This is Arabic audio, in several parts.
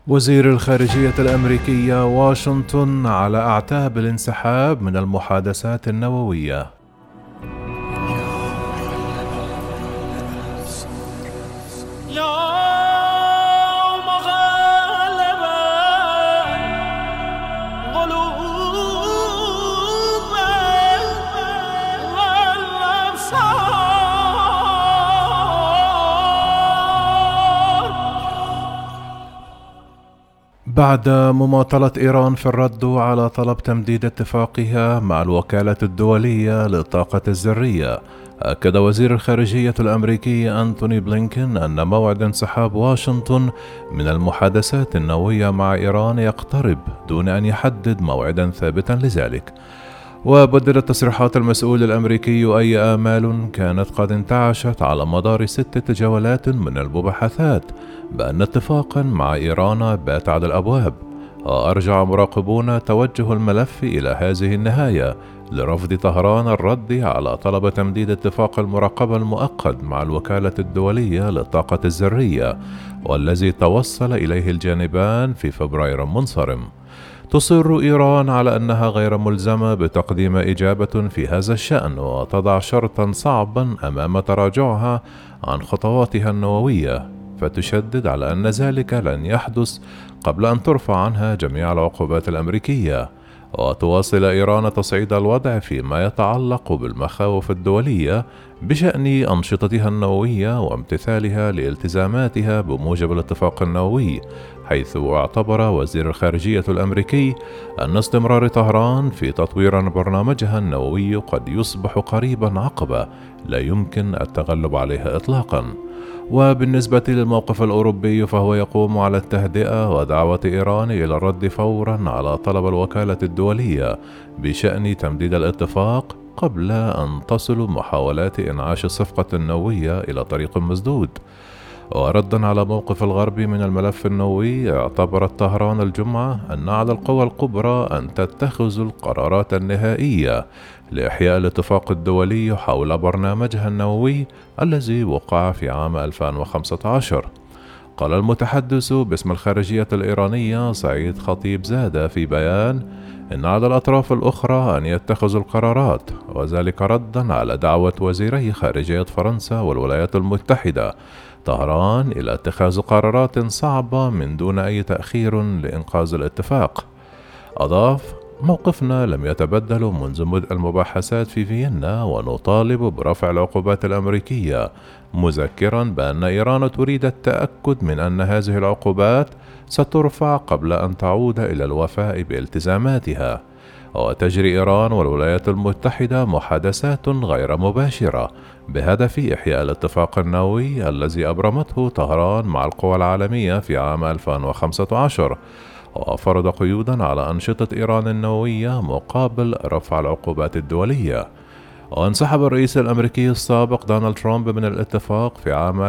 وزير الخارجية الأمريكية واشنطن على أعتاب الانسحاب من المحادثات النووية. بعد مماطلة إيران في الرد على طلب تمديد اتفاقها مع الوكالة الدولية للطاقة الذرية، أكد وزير الخارجية الأمريكي أنتوني بلينكين أن موعد انسحاب واشنطن من المحادثات النووية مع إيران يقترب دون أن يحدد موعدا ثابتا لذلك. وبدلت تصريحات المسؤول الأمريكي أي آمال كانت قد انتعشت على مدار 6 جولات من المباحثات بأن اتفاقا مع إيران بات على الأبواب. وأرجع مراقبون توجه الملف إلى هذه النهاية لرفض طهران الرد على طلب تمديد اتفاق المراقبة المؤقت مع الوكالة الدولية للطاقة الذرية، والذي توصل إليه الجانبان في فبراير منصرم. تصر إيران على أنها غير ملزمة بتقديم إجابة في هذا الشأن، وتضع شرطا صعبا أمام تراجعها عن خطواتها النووية، فتشدد على أن ذلك لن يحدث قبل أن ترفع عنها جميع العقوبات الأمريكية. وتواصل إيران تصعيد الوضع فيما يتعلق بالمخاوف الدولية بشأن أنشطتها النووية وامتثالها لالتزاماتها بموجب الاتفاق النووي، حيث اعتبر وزير الخارجية الأمريكي أن استمرار طهران في تطوير برنامجها النووي قد يصبح قريبا عقبة لا يمكن التغلب عليها إطلاقا. وبالنسبة للموقف الأوروبي فهو يقوم على التهدئة ودعوة إيران إلى الرد فورا على طلب الوكالة الدولية بشأن تمديد الاتفاق قبل أن تصل محاولات إنعاش الصفقة النووية إلى طريق مسدود. وردا على موقف الغرب من الملف النووي، اعتبرت طهران الجمعة أن على القوى الكبرى أن تتخذ القرارات النهائية لإحياء الاتفاق الدولي حول برنامجها النووي الذي وقع في عام 2015. قال المتحدث باسم الخارجية الإيرانية سعيد خطيب زادة في بيان إن على الأطراف الأخرى أن يتخذوا القرارات، وذلك ردا على دعوة وزيري خارجية فرنسا والولايات المتحدة طهران إلى اتخاذ قرارات صعبة من دون أي تأخير لإنقاذ الاتفاق. أضاف: موقفنا لم يتبدل منذ بدء المباحثات في فيينا، ونطالب برفع العقوبات الأمريكية، مذكرا بأن إيران تريد التأكد من أن هذه العقوبات سترفع قبل أن تعود إلى الوفاء بالتزاماتها. وتجري إيران والولايات المتحدة محادثات غير مباشرة بهدف إحياء الاتفاق النووي الذي أبرمته طهران مع القوى العالمية في عام 2015، وفرض قيودا على أنشطة إيران النووية مقابل رفع العقوبات الدولية. وانسحب الرئيس الأمريكي السابق دونالد ترامب من الاتفاق في عام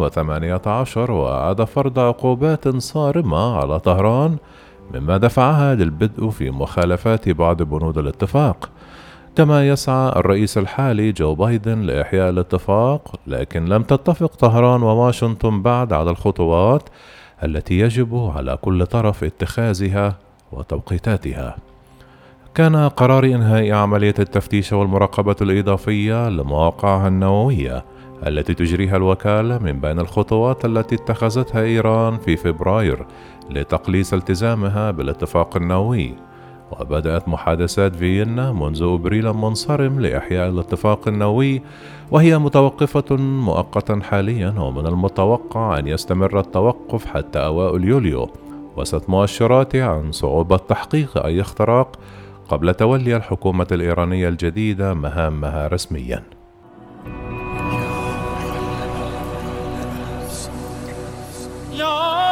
2018، وأعاد فرض عقوبات صارمة على طهران، مما دفعها للبدء في مخالفات بعض بنود الاتفاق. كما يسعى الرئيس الحالي جو بايدن لإحياء الاتفاق، لكن لم تتفق طهران وواشنطن بعد على الخطوات التي يجب على كل طرف اتخاذها وتوقيتاتها. كان قرار إنهاء عملية التفتيش والمراقبة الإضافية لمواقعها النووية التي تجريها الوكالة من بين الخطوات التي اتخذتها إيران في فبراير لتقليص التزامها بالاتفاق النووي. وبدأت محادثات فيينا منذ أبريل منصرم لإحياء الاتفاق النووي، وهي متوقفة مؤقتا حاليا، ومن المتوقع أن يستمر التوقف حتى أوائل يوليو، وست مؤشرات عن صعوبة تحقيق أي اختراق قبل تولي الحكومة الإيرانية الجديدة مهامها رسميا. يا